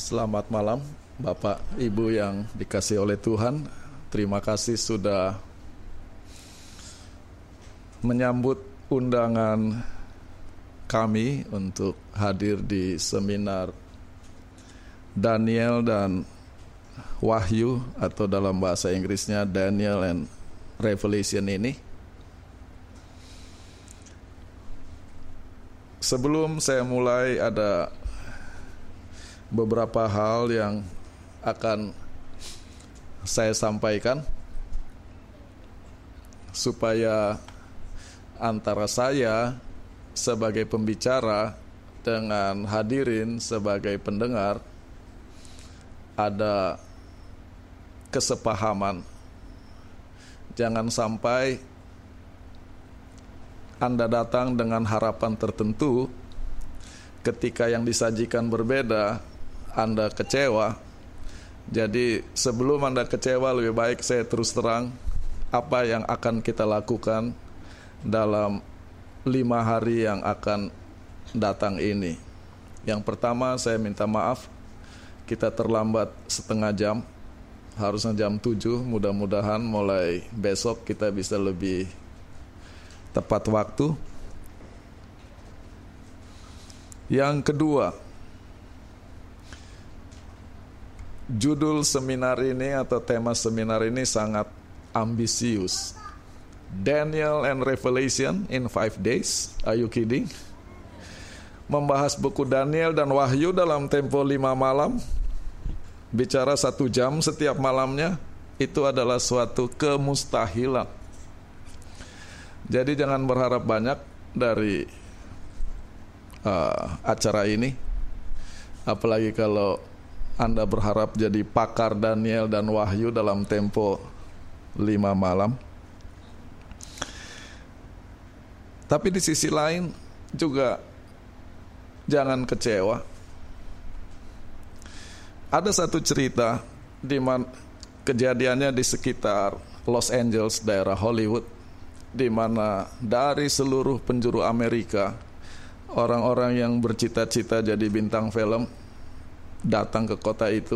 Selamat malam Bapak Ibu yang dikasihi oleh Tuhan. Terima kasih sudah menyambut undangan kami untuk hadir di seminar Daniel dan Wahyu, atau dalam bahasa Inggrisnya Daniel and Revelation ini. Sebelum saya mulai, ada beberapa hal yang akan saya sampaikan supaya antara saya sebagai pembicara dengan hadirin sebagai pendengar ada kesepahaman. Jangan sampai Anda datang dengan harapan tertentu, ketika yang disajikan berbeda, Anda kecewa. Jadi sebelum Anda kecewa, lebih baik saya terus terang apa yang akan kita lakukan dalam 5 hari yang akan datang ini. Yang pertama, saya minta maaf, kita terlambat setengah jam. Harusnya jam 7, mudah-mudahan mulai besok kita bisa lebih tepat waktu. Yang kedua, judul seminar ini atau tema seminar ini sangat ambisius. Daniel and Revelation in 5 days. Are you kidding? Membahas buku Daniel dan Wahyu dalam tempo 5 malam. Bicara 1 jam setiap malamnya, itu adalah suatu kemustahilan. Jadi jangan berharap banyak dari acara ini. Apalagi kalau Anda berharap jadi pakar Daniel dan Wahyu dalam tempo 5 malam. Tapi di sisi lain juga jangan kecewa. Ada satu cerita di mana kejadiannya di sekitar Los Angeles, daerah Hollywood, di mana dari seluruh penjuru Amerika, orang-orang yang bercita-cita jadi bintang film datang ke kota itu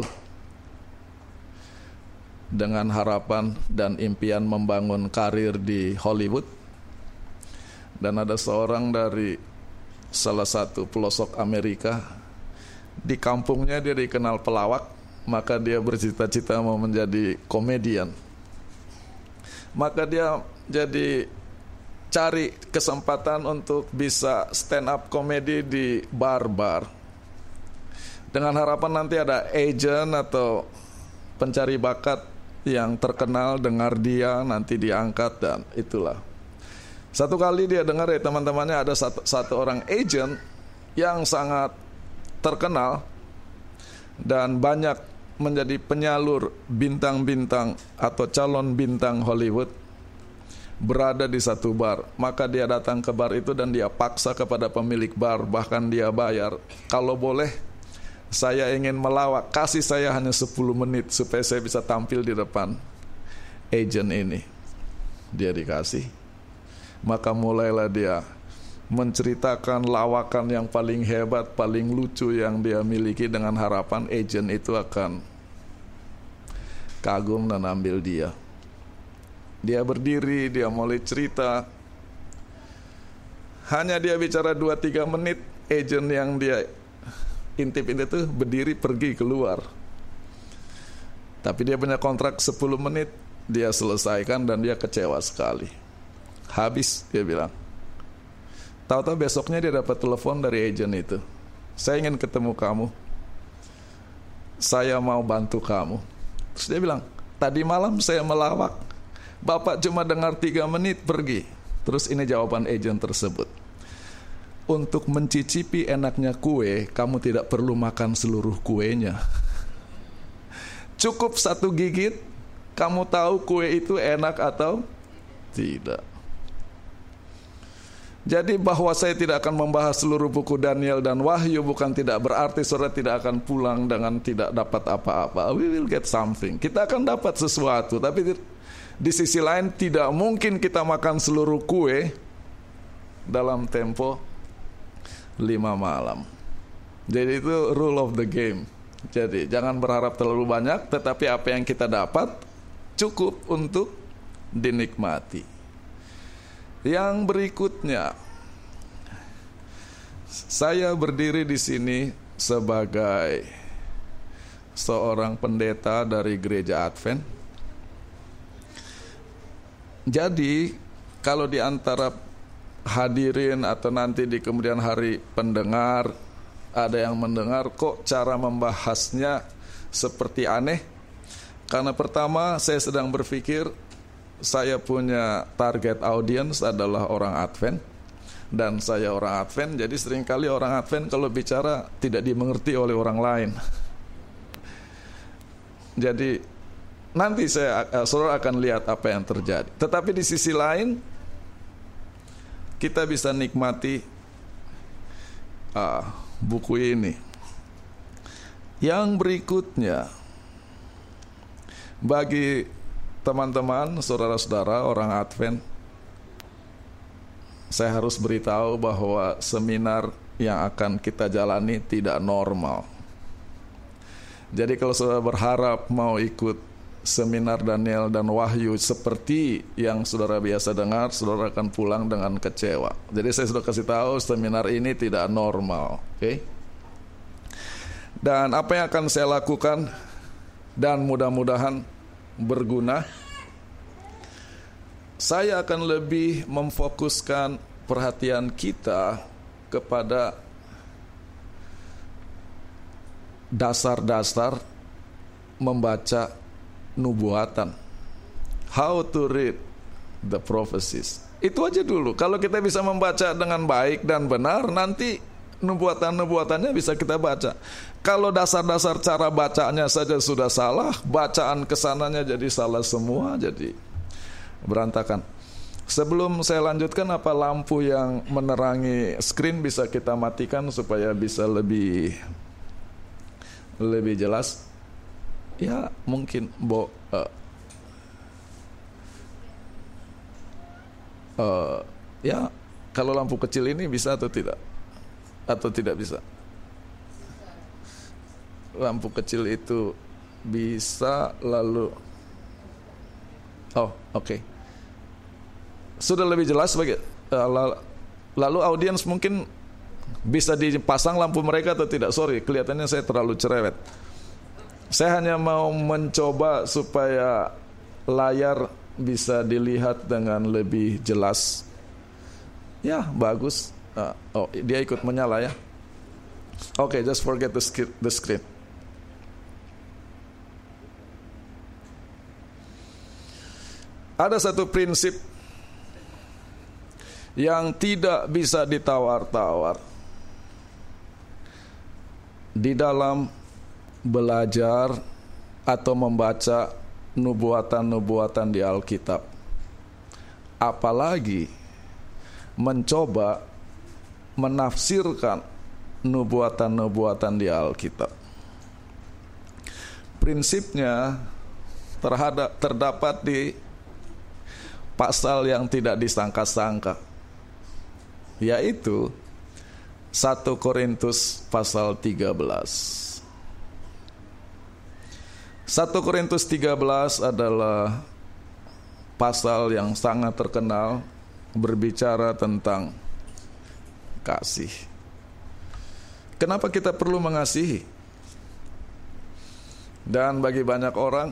dengan harapan dan impian membangun karir di Hollywood. Dan ada seorang dari salah satu pelosok Amerika, di kampungnya dia dikenal pelawak, maka dia bercita-cita mau menjadi komedian. Maka dia jadi cari kesempatan untuk bisa stand up komedi di bar-bar, dengan harapan nanti ada agent atau pencari bakat yang terkenal dengar dia, nanti diangkat, dan itulah. Satu kali dia dengar dari teman-temannya ada satu orang agent yang sangat terkenal dan banyak menjadi penyalur bintang-bintang atau calon bintang Hollywood berada di satu bar. Maka dia datang ke bar itu dan dia paksa kepada pemilik bar, bahkan dia bayar, kalau boleh saya ingin melawak, kasih saya hanya 10 menit supaya saya bisa tampil di depan agent ini. Dia dikasih. Maka mulailah dia menceritakan lawakan yang paling hebat, paling lucu yang dia miliki, dengan harapan agent itu akan kagum dan ambil dia. Dia berdiri, dia mulai cerita. Hanya dia bicara 2-3 menit, agent yang dia intip itu berdiri pergi keluar. Tapi dia punya kontrak 10 menit, dia selesaikan dan dia kecewa sekali. Habis, dia bilang. Tahu-tahu besoknya dia dapat telepon dari agent itu. Saya ingin ketemu kamu. Saya mau bantu kamu. Terus dia bilang, tadi malam saya melawak, Bapak cuma dengar 3 menit pergi. Terus ini jawaban agent tersebut. Untuk mencicipi enaknya kue, kamu tidak perlu makan seluruh kuenya. Cukup 1 gigit, kamu tahu kue itu enak atau tidak. Jadi bahwa saya tidak akan membahas seluruh buku Daniel dan Wahyu bukan tidak berarti saudara tidak akan pulang dengan tidak dapat apa-apa. We will get something. Kita akan dapat sesuatu. Tapi di sisi lain tidak mungkin kita makan seluruh kue dalam tempo 5 malam. Jadi itu rule of the game. Jadi jangan berharap terlalu banyak, tetapi apa yang kita dapat cukup untuk dinikmati. Yang berikutnya, saya berdiri di sini sebagai seorang pendeta dari gereja Advent. Jadi kalau di antara hadirin atau nanti di kemudian hari pendengar ada yang mendengar kok cara membahasnya seperti aneh, karena pertama saya sedang berpikir saya punya target audience adalah orang Advent, dan saya orang Advent, jadi seringkali orang Advent kalau bicara tidak dimengerti oleh orang lain. Jadi nanti saudara akan lihat apa yang terjadi. Tetapi di sisi lain kita bisa nikmati buku ini. Yang berikutnya, bagi teman-teman, saudara-saudara orang Advent, saya harus beritahu bahwa seminar yang akan kita jalani tidak normal. Jadi kalau saudara berharap mau ikut seminar Daniel dan Wahyu seperti yang saudara biasa dengar, saudara akan pulang dengan kecewa. Jadi saya sudah kasih tahu seminar ini tidak normal, oke? Dan apa yang akan saya lakukan dan mudah-mudahan berguna, saya akan lebih memfokuskan perhatian kita kepada dasar-dasar membaca nubuatan. How to read the prophecies. Itu aja dulu. Kalau kita bisa membaca dengan baik dan benar, nanti nubuatan-nubuatannya bisa kita baca. Kalau dasar-dasar cara bacanya saja sudah salah, bacaan kesananya jadi salah semua, jadi berantakan. Sebelum saya lanjutkan, apa lampu yang menerangi screen bisa kita matikan supaya bisa lebih jelas? Ya mungkin ya kalau lampu kecil ini bisa atau tidak? Atau tidak bisa? Lampu kecil itu bisa, lalu oke. Sudah lebih jelas lalu audiens mungkin bisa dipasang lampu mereka atau tidak? Sorry, kelihatannya saya terlalu cerewet. Saya hanya mau mencoba supaya layar bisa dilihat dengan lebih jelas. Ya, bagus. Dia ikut menyala ya. Oke, just forget the screen. Ada satu prinsip yang tidak bisa ditawar-tawar di dalam belajar atau membaca nubuatan-nubuatan di Alkitab, apalagi mencoba menafsirkan nubuatan-nubuatan di Alkitab. Prinsipnya terdapat di pasal yang tidak disangka-sangka, yaitu 1 Korintus pasal 13. 1 Korintus 13 adalah pasal yang sangat terkenal, berbicara tentang kasih. Kenapa kita perlu mengasihi? Dan bagi banyak orang,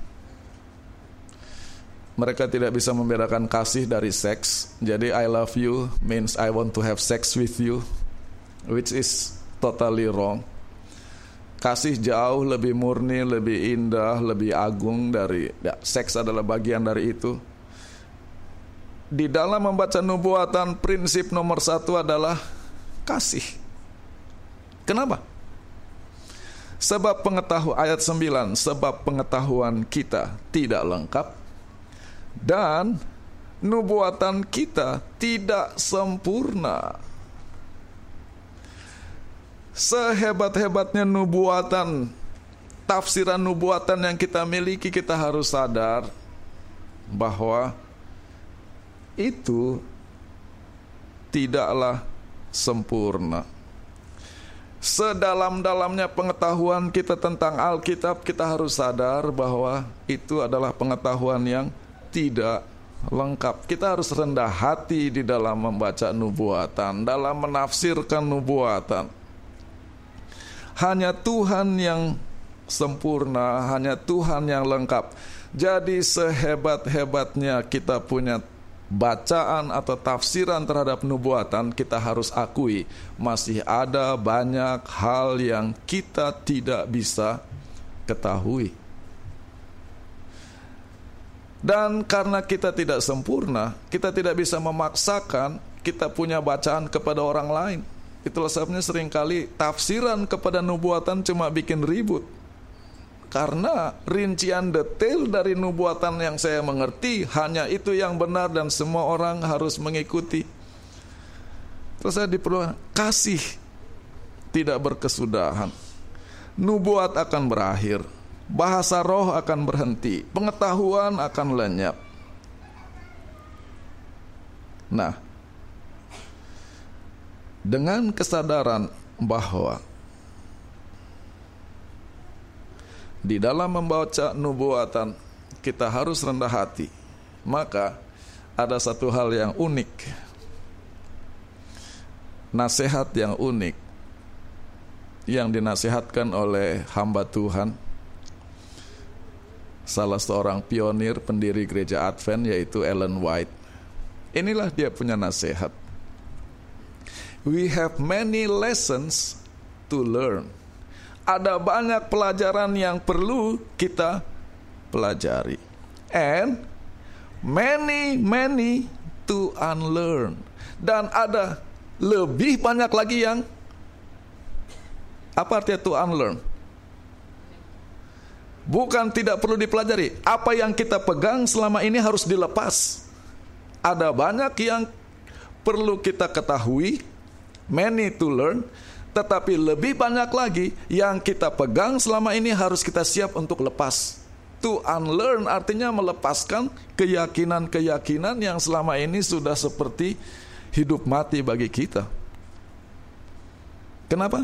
mereka tidak bisa membedakan kasih dari seks. Jadi I love you means I want to have sex with you, which is totally wrong. Kasih jauh lebih murni, lebih indah, lebih agung dari seks adalah bagian dari itu. Di dalam membaca nubuatan, prinsip nomor 1 adalah kasih. Kenapa? Sebab ayat 9, sebab pengetahuan kita tidak lengkap dan nubuatan kita tidak sempurna. Sehebat-hebatnya nubuatan, tafsiran nubuatan yang kita miliki, kita harus sadar bahwa itu tidaklah sempurna. sedalam-dalamnya pengetahuan kita tentang Alkitab, kita harus sadar bahwa itu adalah pengetahuan yang tidak lengkap. Kita harus rendah hati di dalam membaca nubuatan, dalam menafsirkan nubuatan. Hanya Tuhan yang sempurna, hanya Tuhan yang lengkap. Jadi sehebat-hebatnya kita punya bacaan atau tafsiran terhadap nubuatan, kita harus akui masih ada banyak hal yang kita tidak bisa ketahui. Dan karena kita tidak sempurna, kita tidak bisa memaksakan kita punya bacaan kepada orang lain. Itulah sebabnya seringkali tafsiran kepada nubuatan cuma bikin ribut. Karena rincian detail dari nubuatan yang saya mengerti hanya itu yang benar dan semua orang harus mengikuti. Terus saya diperlukan kasih tidak berkesudahan. Nubuat akan berakhir, bahasa roh akan berhenti, pengetahuan akan lenyap. Nah, dengan kesadaran bahwa di dalam membaca nubuatan kita harus rendah hati, maka ada satu hal yang unik, nasihat yang unik yang dinasihatkan oleh hamba Tuhan, salah seorang pionir pendiri gereja Advent, yaitu Ellen White. Inilah dia punya nasihat. We have many lessons to learn. Ada banyak pelajaran yang perlu kita pelajari. And many to unlearn. Dan ada lebih banyak lagi yang, apa artinya to unlearn? Bukan tidak perlu dipelajari. Apa yang kita pegang selama ini harus dilepas. Ada banyak yang perlu kita ketahui, many to learn. Tetapi lebih banyak lagi yang kita pegang selama ini harus kita siap untuk lepas. To unlearn artinya melepaskan keyakinan-keyakinan yang selama ini sudah seperti hidup mati bagi kita. Kenapa?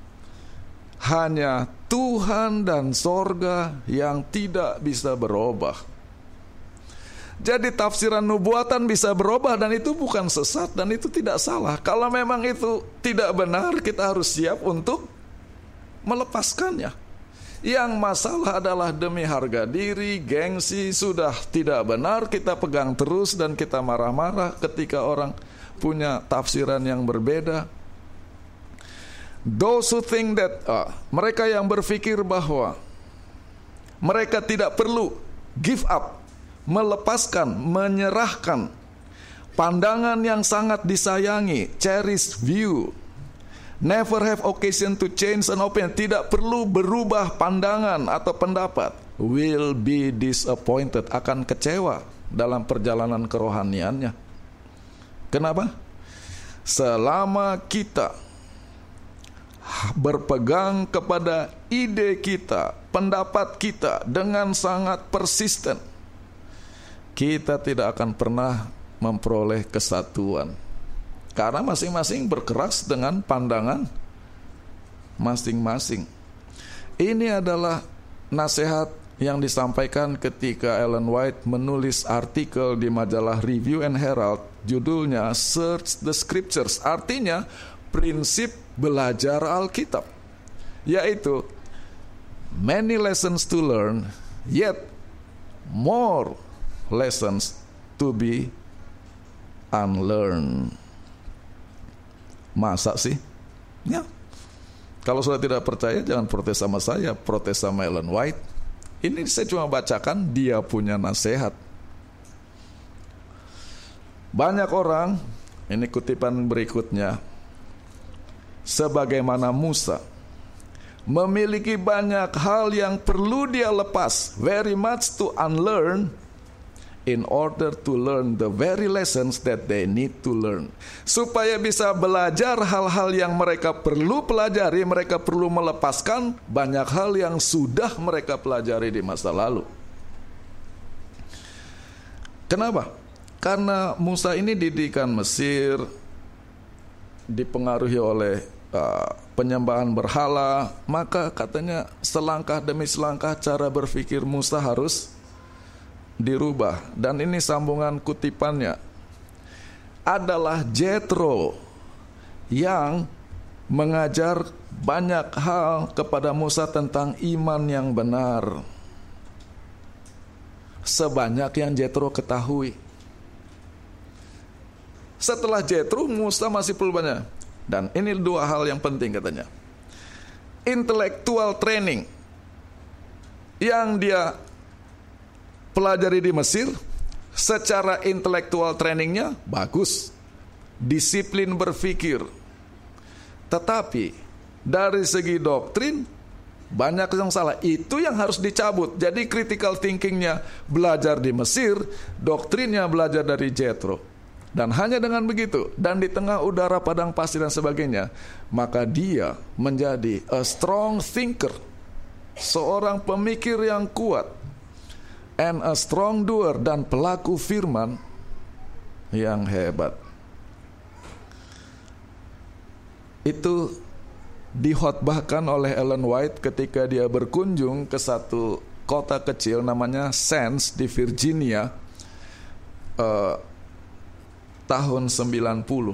Hanya Tuhan dan sorga yang tidak bisa berubah. Jadi tafsiran nubuatan bisa berubah dan itu bukan sesat dan itu tidak salah. Kalau memang itu tidak benar, kita harus siap untuk melepaskannya. Yang masalah adalah demi harga diri, gengsi, sudah tidak benar, kita pegang terus dan kita marah-marah ketika orang punya tafsiran yang berbeda. Those who think that, mereka yang berpikir bahwa mereka tidak perlu give up, melepaskan, menyerahkan pandangan yang sangat disayangi, cherished view, never have occasion to change an opinion, tidak perlu berubah pandangan atau pendapat, will be disappointed, akan kecewa dalam perjalanan kerohaniannya. Kenapa? Selama kita berpegang kepada ide kita, pendapat kita dengan sangat persisten, kita tidak akan pernah memperoleh kesatuan. Karena masing-masing berkeras dengan pandangan masing-masing. Ini adalah nasihat yang disampaikan ketika Ellen White menulis artikel di majalah Review and Herald, judulnya Search the Scriptures, artinya prinsip belajar Alkitab, yaitu many lessons to learn, yet more lessons to be unlearned. Masa sih? Ya. Kalau sudah tidak percaya, jangan protes sama saya, protes sama Ellen White. Ini saya cuma bacakan dia punya nasihat. Banyak orang, ini kutipan berikutnya, sebagaimana Musa, memiliki banyak hal yang perlu dia lepas, very much to unlearn, in order to learn the very lessons that they need to learn. Supaya bisa belajar hal-hal yang mereka perlu pelajari, mereka perlu melepaskan banyak hal yang sudah mereka pelajari di masa lalu. Kenapa? Karena Musa ini didikan Mesir, dipengaruhi oleh penyembahan berhala, maka katanya selangkah demi selangkah cara berpikir Musa harus dirubah. Dan ini sambungan kutipannya adalah Jethro yang mengajar banyak hal kepada Musa tentang iman yang benar, sebanyak yang Jethro ketahui. Setelah Jethro, Musa masih perlu banyak. Dan ini dua hal yang penting katanya. Intellectual training yang dia pelajari di Mesir, secara intellectual trainingnya bagus, disiplin berpikir. Tetapi dari segi doktrin banyak yang salah. Itu yang harus dicabut. Jadi critical thinkingnya belajar di Mesir, doktrinnya belajar dari Jethro. Dan hanya dengan begitu, dan di tengah udara padang pasir dan sebagainya, maka dia menjadi a strong thinker, seorang pemikir yang kuat, and a strong doer, dan pelaku firman yang hebat. Itu dihotbahkan oleh Ellen White ketika dia berkunjung ke satu kota kecil namanya Sands di Virginia, tahun 1890.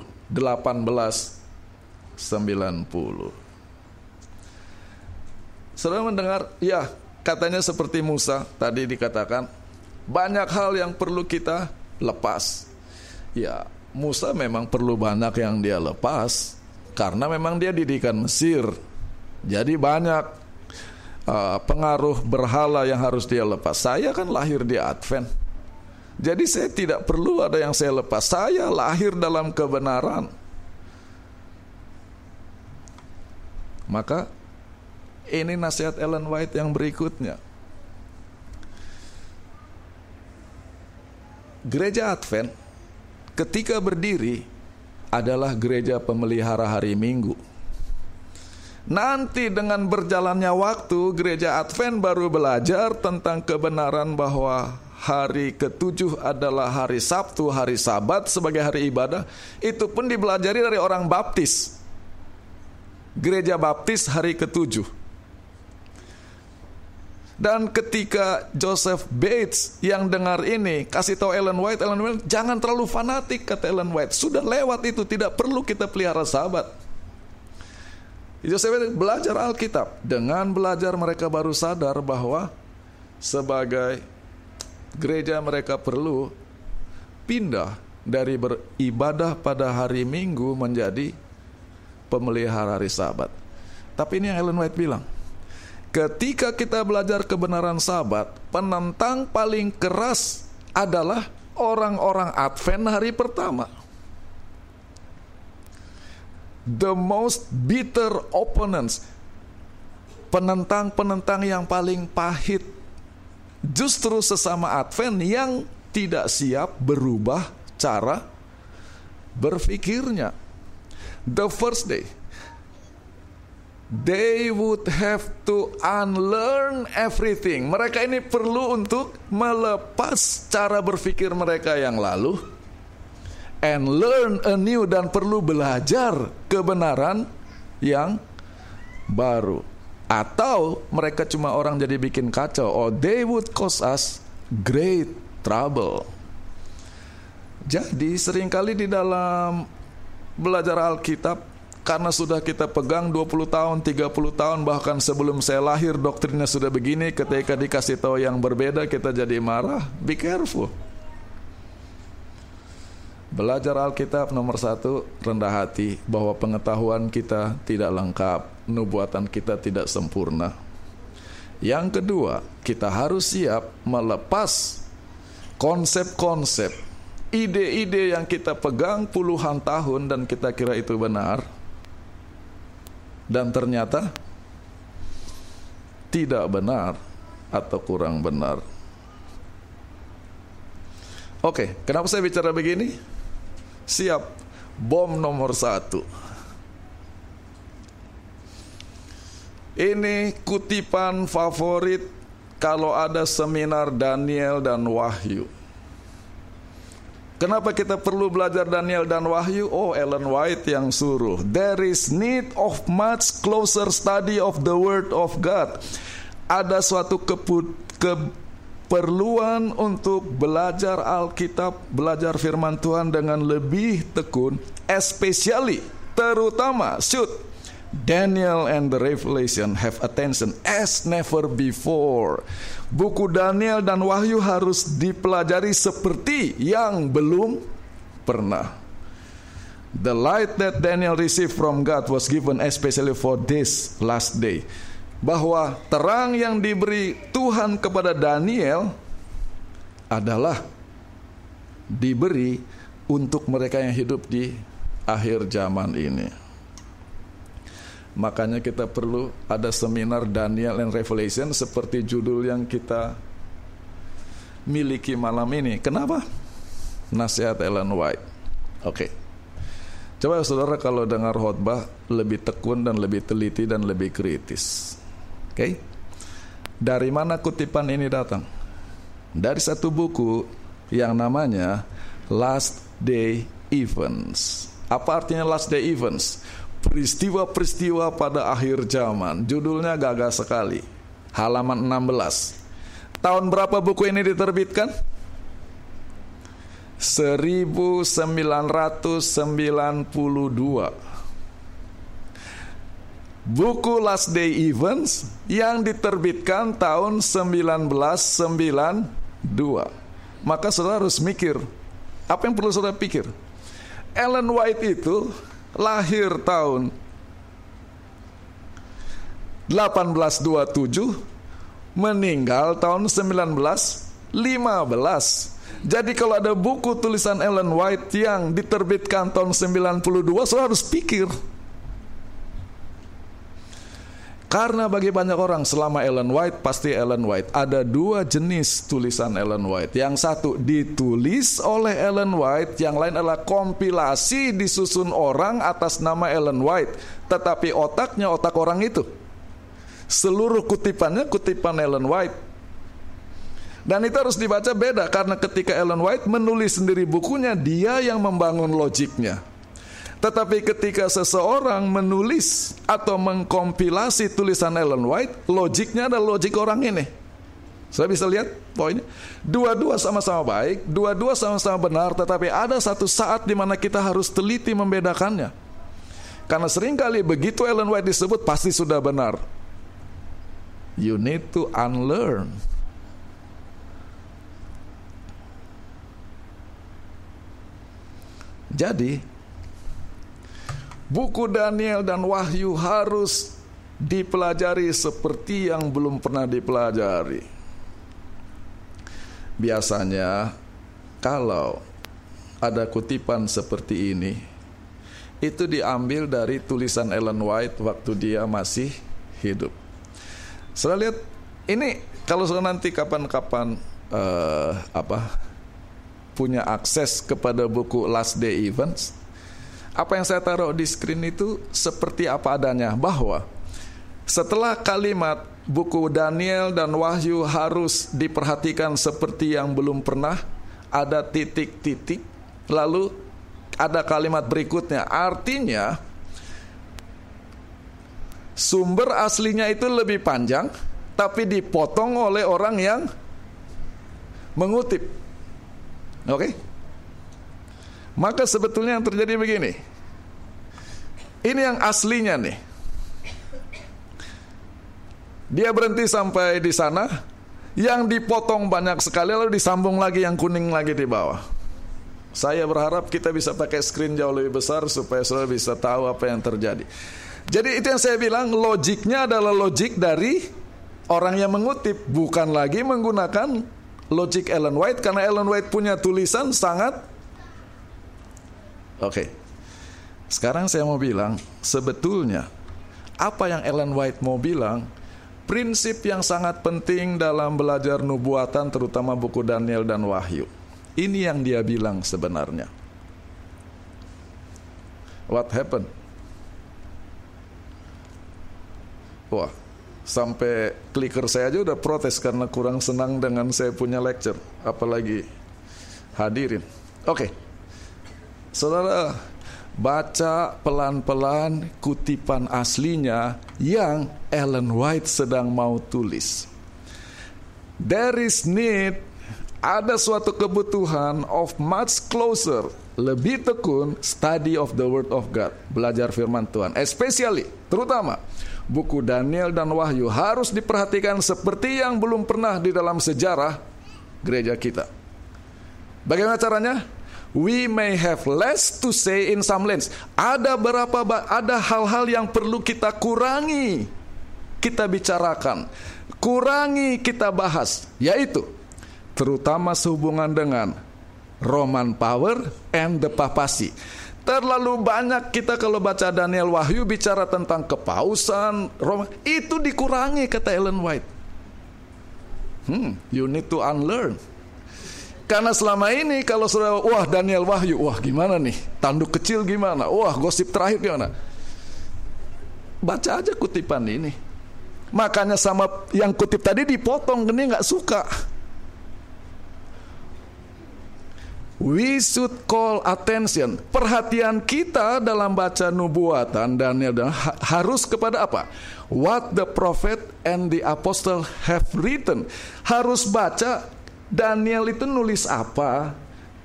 Saudara mendengar, ya katanya seperti Musa tadi dikatakan, banyak hal yang perlu kita lepas. Ya, Musa memang perlu banyak yang dia lepas, karena memang dia didikan Mesir. Jadi banyak pengaruh berhala yang harus dia lepas. Saya kan lahir di Advent, jadi saya tidak perlu ada yang saya lepas. Saya lahir dalam kebenaran. Maka ini nasihat Ellen White yang berikutnya. Gereja Advent ketika berdiri adalah gereja pemelihara hari Minggu. Nanti dengan berjalannya waktu, gereja Advent baru belajar tentang kebenaran bahwa hari ke-7 adalah hari Sabtu, hari Sabat sebagai hari ibadah. Itu pun dipelajari dari orang Baptis. Gereja Baptis hari ke-7. Dan ketika Joseph Bates yang dengar ini kasih tahu Ellen White, jangan terlalu fanatik, kata Ellen White. Sudah lewat itu, tidak perlu kita pelihara Sabat. Joseph Bates belajar Alkitab. Dengan belajar mereka baru sadar bahwa sebagai gereja mereka perlu pindah dari beribadah pada hari Minggu menjadi pemelihara hari Sabat. Tapi ini yang Ellen White bilang, ketika kita belajar kebenaran Sabat, penentang paling keras adalah orang-orang Advent hari pertama. The most bitter opponents, penentang-penentang yang paling pahit, justru sesama Advent yang tidak siap berubah cara berpikirnya. The first day, they would have to unlearn everything. Mereka ini perlu untuk melepas cara berpikir mereka yang lalu, and learn anew, dan perlu belajar kebenaran yang baru. Atau mereka cuma orang jadi bikin kacau, or they would cause us great trouble. Jadi seringkali di dalam belajar Alkitab, karena sudah kita pegang 20 tahun, 30 tahun, bahkan sebelum saya lahir doktrinnya sudah begini, ketika dikasih tahu yang berbeda kita jadi marah. Be careful. Belajar Alkitab nomor 1, rendah hati bahwa pengetahuan kita tidak lengkap, nubuatan kita tidak sempurna. Yang kedua, kita harus siap melepas konsep-konsep, ide-ide yang kita pegang puluhan tahun dan kita kira itu benar, dan ternyata tidak benar atau kurang benar. Oke, kenapa saya bicara begini? Siap, bom nomor 1. Ini kutipan favorit kalau ada seminar Daniel dan Wahyu. Kenapa kita perlu belajar Daniel dan Wahyu? Oh, Ellen White yang suruh. There is need of much closer study of the Word of God. Ada suatu keperluan untuk belajar Alkitab, belajar firman Tuhan dengan lebih tekun, especially, terutama, should Daniel and the Revelation have attention as never before. Buku Daniel dan Wahyu harus dipelajari seperti yang belum pernah. The light that Daniel received from God was given especially for this last day. Bahwa terang yang diberi Tuhan kepada Daniel adalah diberi untuk mereka yang hidup di akhir zaman ini. Makanya kita perlu ada seminar Daniel and Revelation seperti judul yang kita miliki malam ini. Kenapa? Nasihat Ellen White. Oke. Coba saudara kalau dengar khotbah lebih tekun dan lebih teliti dan lebih kritis. Oke. Dari mana kutipan ini datang? Dari satu buku yang namanya Last Day Events. Apa artinya Last Day Events? Peristiwa-peristiwa pada akhir zaman. Judulnya gagah sekali. Halaman 16. Tahun berapa buku ini diterbitkan? 1992. Buku Last Day Events yang diterbitkan tahun 1992. Maka saudara harus mikir. Apa yang perlu saudara pikir? Ellen White itu lahir tahun 1827, meninggal tahun 1915. Jadi kalau ada buku tulisan Ellen White yang diterbitkan tahun 92, saudara harus pikir. Karena bagi banyak orang selama Ellen White, pasti Ellen White. Ada dua jenis tulisan Ellen White. Yang satu ditulis oleh Ellen White, yang lain adalah kompilasi disusun orang atas nama Ellen White. Tetapi otaknya otak orang itu. Seluruh kutipannya kutipan Ellen White. Dan itu harus dibaca beda, karena ketika Ellen White menulis sendiri bukunya, dia yang membangun logiknya. Tetapi ketika seseorang menulis atau mengkompilasi tulisan Ellen White, logiknya adalah logik orang ini. Saya bisa lihat poinnya. Dua-dua sama-sama baik, dua-dua sama-sama benar, tetapi ada satu saat di mana kita harus teliti membedakannya. Karena seringkali begitu Ellen White disebut pasti sudah benar. You need to unlearn. Jadi buku Daniel dan Wahyu harus dipelajari seperti yang belum pernah dipelajari. Biasanya kalau ada kutipan seperti ini, itu diambil dari tulisan Ellen White waktu dia masih hidup. Saudara lihat, ini kalau saudara nanti kapan-kapan punya akses kepada buku Last Day Events, apa yang saya taruh di screen itu seperti apa adanya, bahwa setelah kalimat buku Daniel dan Wahyu harus diperhatikan seperti yang belum pernah, ada titik-titik, lalu ada kalimat berikutnya. Artinya sumber aslinya itu lebih panjang, tapi dipotong oleh orang yang mengutip. Oke? Maka sebetulnya yang terjadi begini. Ini yang aslinya nih. Dia berhenti sampai di sana, yang dipotong banyak sekali, lalu disambung lagi yang kuning lagi di bawah. Saya berharap kita bisa pakai screen jauh lebih besar supaya saudara bisa tahu apa yang terjadi. Jadi itu yang saya bilang, logiknya adalah logik dari orang yang mengutip, bukan lagi menggunakan logik Ellen White, karena Ellen White punya tulisan sangat Oke. Sekarang saya mau bilang, sebetulnya apa yang Ellen White mau bilang, prinsip yang sangat penting dalam belajar nubuatan, terutama buku Daniel dan Wahyu. Ini yang dia bilang sebenarnya. What happened? Wah, sampai clicker saya aja udah protes karena kurang senang dengan saya punya lecture, apalagi hadirin. Oke. Saudara, baca pelan-pelan kutipan aslinya yang Ellen White sedang mau tulis. There is need, ada suatu kebutuhan of much closer, lebih tekun study of the word of God, belajar firman Tuhan. Especially, terutama buku Daniel dan Wahyu harus diperhatikan seperti yang belum pernah di dalam sejarah gereja kita. Bagaimana caranya? We may have less to say in some lanes. Ada hal-hal yang perlu kita kurangi, kita bicarakan, kurangi kita bahas, yaitu terutama sehubungan dengan Roman power and the papacy. Terlalu banyak kita kalau baca Daniel Wahyu bicara tentang kepausan Roma, itu dikurangi kata Ellen White. You need to unlearn. Karena selama ini kalau sudah, wah Daniel Wahyu, wah gimana nih, tanduk kecil gimana, wah gosip terakhir gimana. Baca aja kutipan ini. Makanya sama yang kutip tadi dipotong, ini gak suka. We should call attention. Perhatian kita dalam baca nubuatan Daniel harus kepada apa? What the prophet and the apostle have written. Harus baca Daniel itu nulis apa,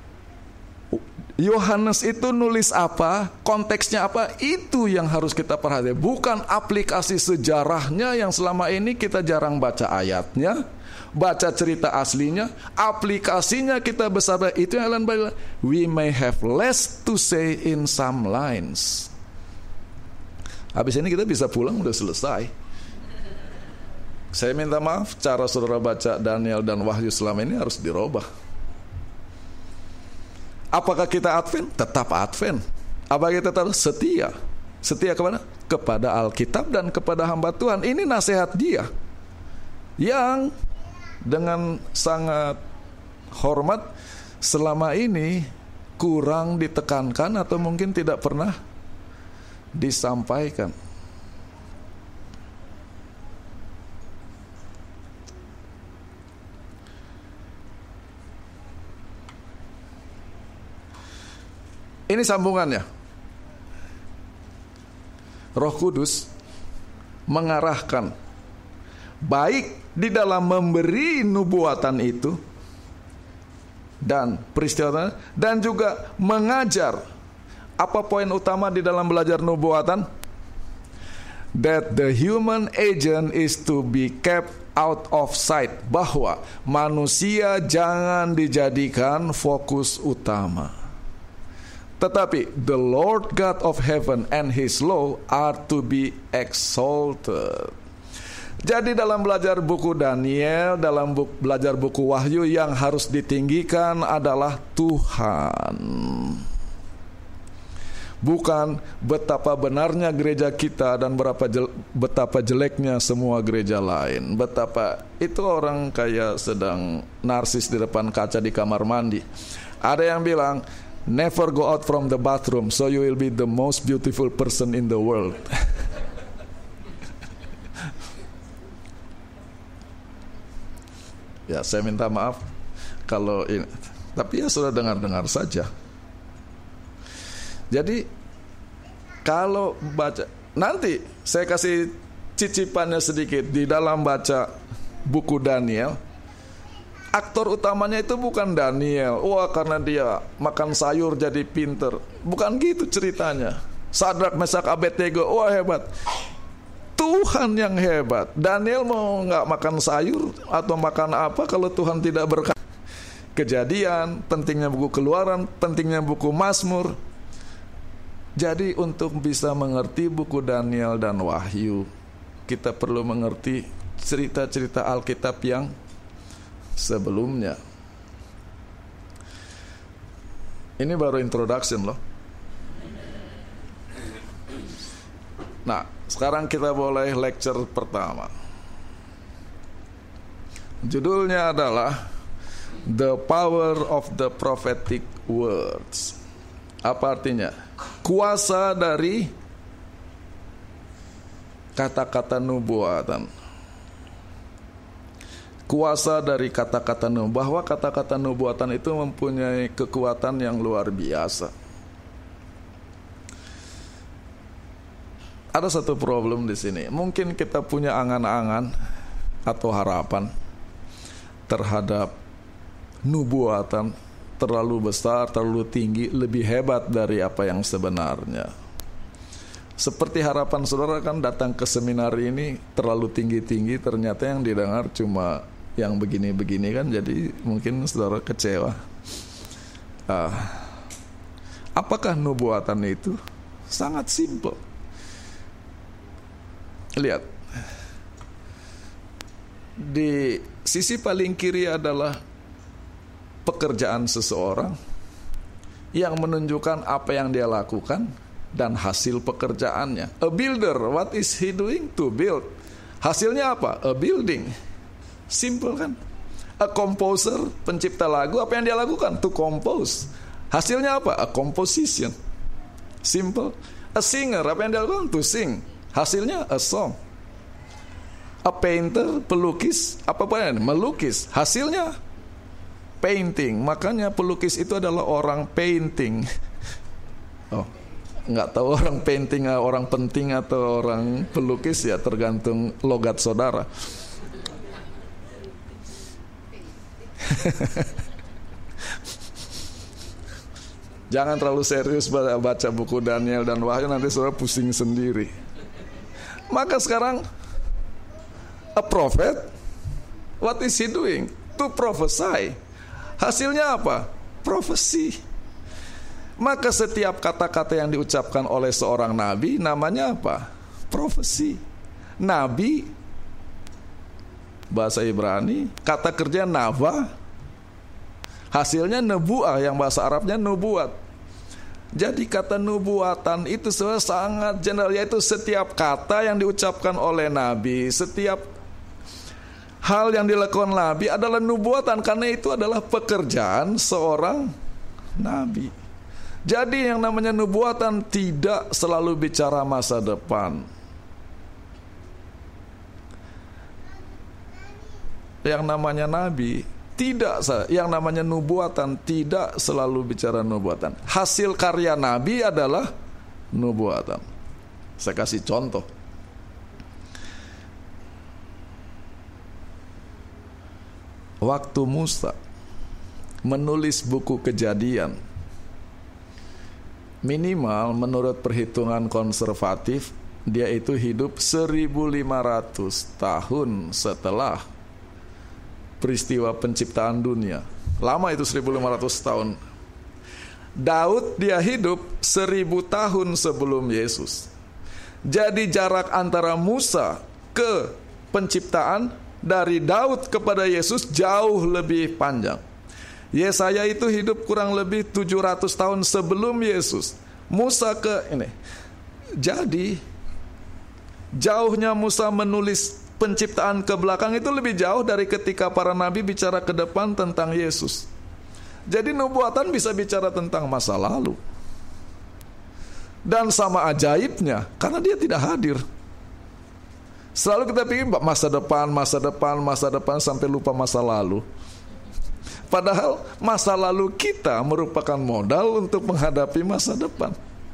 Yohanes itu nulis apa, konteksnya apa, itu yang harus kita perhatikan. Bukan aplikasi sejarahnya yang selama ini kita jarang baca ayatnya, baca cerita aslinya, aplikasinya kita besar. Itu yang Ellen bilang, we may have less to say in some lines. Habis ini kita bisa pulang, udah selesai. Saya minta maaf, cara saudara baca Daniel dan Wahyu selama ini harus dirubah. Apakah kita Advent? Tetap Advent. Apakah kita tetap setia? Setia kepada? Kepada Alkitab dan kepada hamba Tuhan. Ini nasihat dia yang dengan sangat hormat selama ini kurang ditekankan atau mungkin tidak pernah disampaikan. Ini sambungannya. Roh Kudus mengarahkan baik di dalam memberi nubuatan itu dan peristiwa, dan juga mengajar. Apa poin utama di dalam belajar nubuatan? That the human agent is to be kept out of sight. Bahwa manusia jangan dijadikan fokus utama, tetapi the Lord God of heaven and His law are to be exalted. Jadi dalam belajar buku Daniel, dalam belajar buku Wahyu, yang harus ditinggikan adalah Tuhan. Bukan betapa benarnya gereja kita dan betapa jeleknya semua gereja lain. Betapa itu orang kayak sedang narsis di depan kaca di kamar mandi. Ada yang bilang, never go out from the bathroom, so you will be the most beautiful person in the world. Ya, saya minta maaf kalau ini, tapi ya sudah dengar-dengar saja. Jadi kalau baca, nanti saya kasih cicipannya sedikit di dalam baca buku Daniel. Aktor utamanya itu bukan Daniel. Wah, karena dia makan sayur jadi pinter. Bukan gitu ceritanya. Sadrak, Mesak, Abednego, wah hebat. Tuhan yang hebat. Daniel mau gak makan sayur atau makan apa kalau Tuhan tidak berkat. Kejadian, pentingnya buku Keluaran, pentingnya buku Mazmur. Jadi untuk bisa mengerti buku Daniel dan Wahyu, kita perlu mengerti cerita-cerita Alkitab yang sebelumnya. Ini baru introduction loh. Nah, sekarang kita boleh lecture pertama. Judulnya adalah The Power of the Prophetic Words. Apa artinya? Kuasa dari kata-kata nubuatan. kuasa dari kata-kata nubuatan, bahwa kata-kata nubuatan itu mempunyai kekuatan yang luar biasa. Ada satu problem di sini. Mungkin kita punya angan-angan atau harapan terhadap nubuatan terlalu besar, terlalu tinggi, lebih hebat dari apa yang sebenarnya. Seperti harapan saudara kan datang ke seminar ini terlalu tinggi-tinggi, ternyata yang didengar cuma yang begini-begini kan, jadi mungkin saudara kecewa. Apakah nubuatan itu? Sangat simpel. Lihat, di sisi paling kiri adalah pekerjaan seseorang yang menunjukkan apa yang dia lakukan dan hasil pekerjaannya. A builder, what is he doing? To build. Hasilnya apa? A building. Simple kan? A composer, pencipta lagu, apa yang dia lakukan? To compose. Hasilnya apa? A composition. Simple. A singer, apa yang dia lakukan? To sing. Hasilnya a song. A painter, pelukis, apa-apa, melukis. Hasilnya painting. Makanya pelukis itu adalah orang painting. Oh, nggak tahu orang painting orang penting atau orang pelukis, ya tergantung logat saudara. Jangan terlalu serius baca buku Daniel dan Wahyu, nanti saudara pusing sendiri. Maka sekarang a prophet, what is he doing? To prophesy. Hasilnya apa? Profesi. Maka setiap kata-kata yang diucapkan oleh seorang nabi namanya apa? Profesi. Nabi, bahasa Ibrani, kata kerja nava, hasilnya nebuah, yang bahasa Arabnya nubuat. Jadi kata nubuatan itu sangat general, yaitu setiap kata yang diucapkan oleh nabi, setiap hal yang dilakukan nabi adalah nubuatan, karena itu adalah pekerjaan seorang nabi. Jadi yang namanya nubuatan tidak selalu bicara masa depan. Yang namanya nabi tidak, yang namanya nubuatan tidak selalu bicara nubuatan. Hasil karya nabi adalah nubuatan. Saya kasih contoh. Waktu Musa menulis buku Kejadian, minimal menurut perhitungan konservatif, dia itu hidup 1500 tahun setelah peristiwa penciptaan dunia. Lama itu 1500 tahun. Daud dia hidup 1000 tahun sebelum Yesus. Jadi jarak antara Musa ke penciptaan, dari Daud kepada Yesus jauh lebih panjang. Yesaya itu hidup kurang lebih 700 tahun sebelum Yesus. Musa ke ini. Jadi jauhnya Musa menulis penciptaan ke belakang itu lebih jauh dari ketika para nabi bicara ke depan tentang Yesus. Jadi nubuatan bisa bicara tentang masa lalu. Dan sama ajaibnya, karena dia tidak hadir. Selalu kita pikir masa depan sampai lupa masa lalu. Padahal masa lalu kita merupakan modal untuk menghadapi masa depan.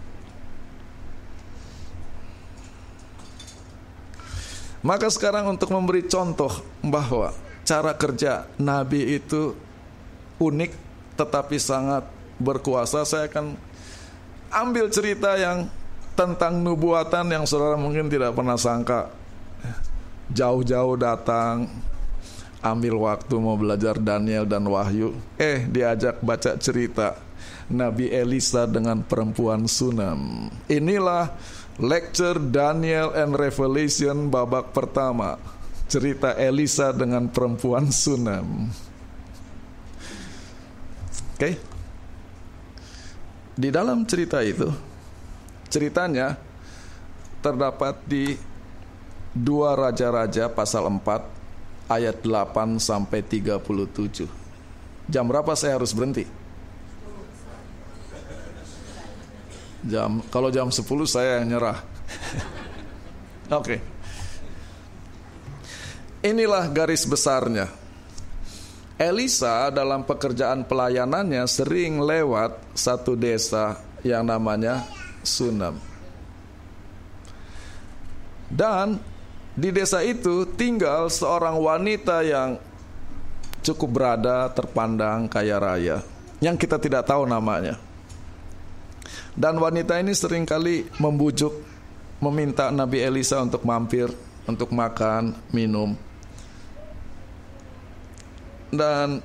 Maka sekarang untuk memberi contoh bahwa cara kerja nabi itu unik tetapi sangat berkuasa, saya akan ambil cerita yang tentang nubuatan yang saudara mungkin tidak pernah sangka. Jauh-jauh datang, ambil waktu mau belajar Daniel dan Wahyu, diajak baca cerita Nabi Elisa dengan perempuan Sunam. Inilah lecture Daniel and Revelation babak pertama, cerita Elisa dengan perempuan Sunam. Oke. Di dalam cerita itu, ceritanya terdapat di 2 Raja-Raja pasal 4 ayat 8 sampai 37. Jam berapa saya harus berhenti? Kalau jam 10 saya nyerah. Oke. Inilah garis besarnya. Elisa dalam pekerjaan pelayanannya sering lewat satu desa yang namanya Sunam. Dan di desa itu tinggal seorang wanita yang cukup berada, terpandang, kaya raya, yang kita tidak tahu namanya. Dan wanita ini seringkali membujuk, meminta Nabi Elisa untuk mampir, untuk makan, minum. Dan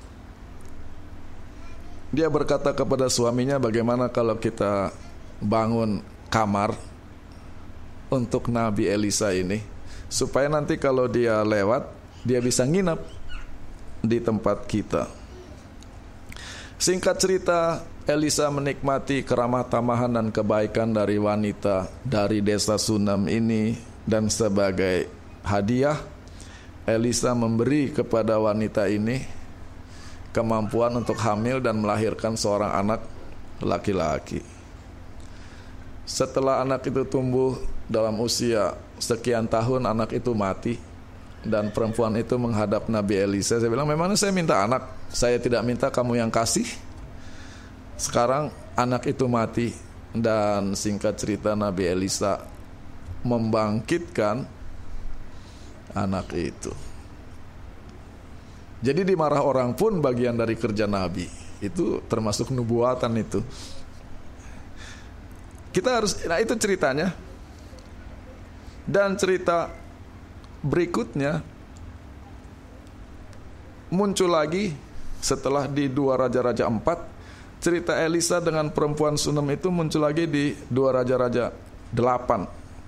dia berkata kepada suaminya, bagaimana kalau kita bangun kamar untuk Nabi Elisa ini, supaya nanti kalau dia lewat, dia bisa nginep di tempat kita. Singkat cerita, Elisa menikmati keramah tamahan dan kebaikan dari wanita dari desa Sunam ini, dan sebagai hadiah Elisa memberi kepada wanita ini kemampuan untuk hamil dan melahirkan seorang anak laki-laki. Setelah anak itu tumbuh dalam usia sekian tahun, anak itu mati, dan perempuan itu menghadap Nabi Elisa. Saya bilang, memangnya saya minta anak? Saya tidak minta, kamu yang kasih. Sekarang anak itu mati, dan singkat cerita Nabi Elisa membangkitkan anak itu. Jadi dimarah orang pun bagian dari kerja Nabi. Itu termasuk nubuatan itu. Kita harus, nah itu ceritanya. Dan cerita berikutnya muncul lagi setelah di 2 Raja-Raja 4. Cerita Elisa dengan perempuan Sunam itu muncul lagi di 2 Raja-Raja 8.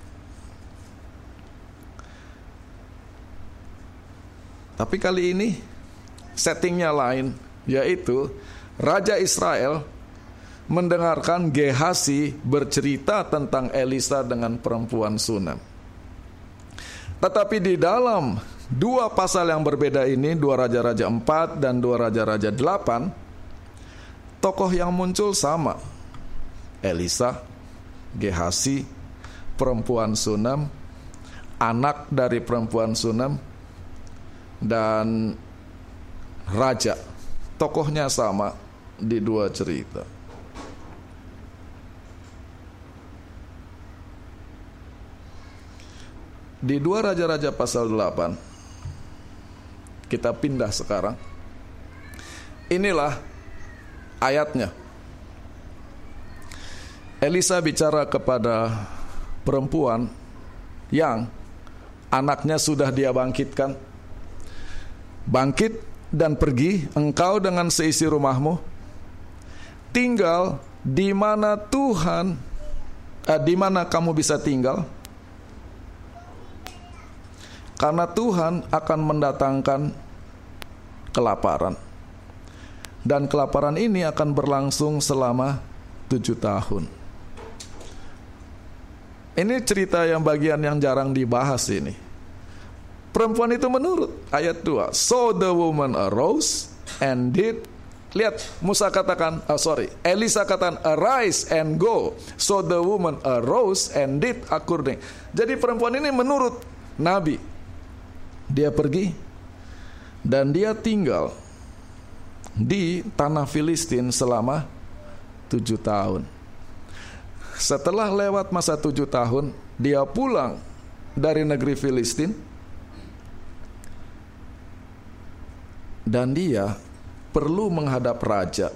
Tapi kali ini settingnya lain, yaitu Raja Israel mendengarkan Gehasi bercerita tentang Elisa dengan perempuan Sunam. Tetapi di dalam 2 pasal yang berbeda ini, 2 Raja-Raja 4 dan 2 Raja-Raja 8, tokoh yang muncul sama. Elisa, Gehasi, perempuan Sunam, anak dari perempuan Sunam, dan raja. Tokohnya sama di 2 cerita. Di 2 Raja-Raja pasal 8, kita pindah sekarang. Inilah ayatnya. Elisa bicara kepada perempuan yang anaknya sudah dia bangkitkan. Bangkit dan pergi engkau dengan seisi rumahmu, tinggal di mana Tuhan, di mana kamu bisa tinggal, karena Tuhan akan mendatangkan kelaparan, dan kelaparan ini akan berlangsung selama 7 tahun. Ini cerita yang bagian yang jarang dibahas ini. Perempuan itu menurut, ayat 2. So the woman arose and did. Lihat, Elisa katakan arise and go. So the woman arose and did according. Jadi perempuan ini menurut Nabi. Dia pergi dan dia tinggal di tanah Filistin selama 7 tahun. Setelah lewat masa 7 tahun, dia pulang dari negeri Filistin, dan dia perlu menghadap raja.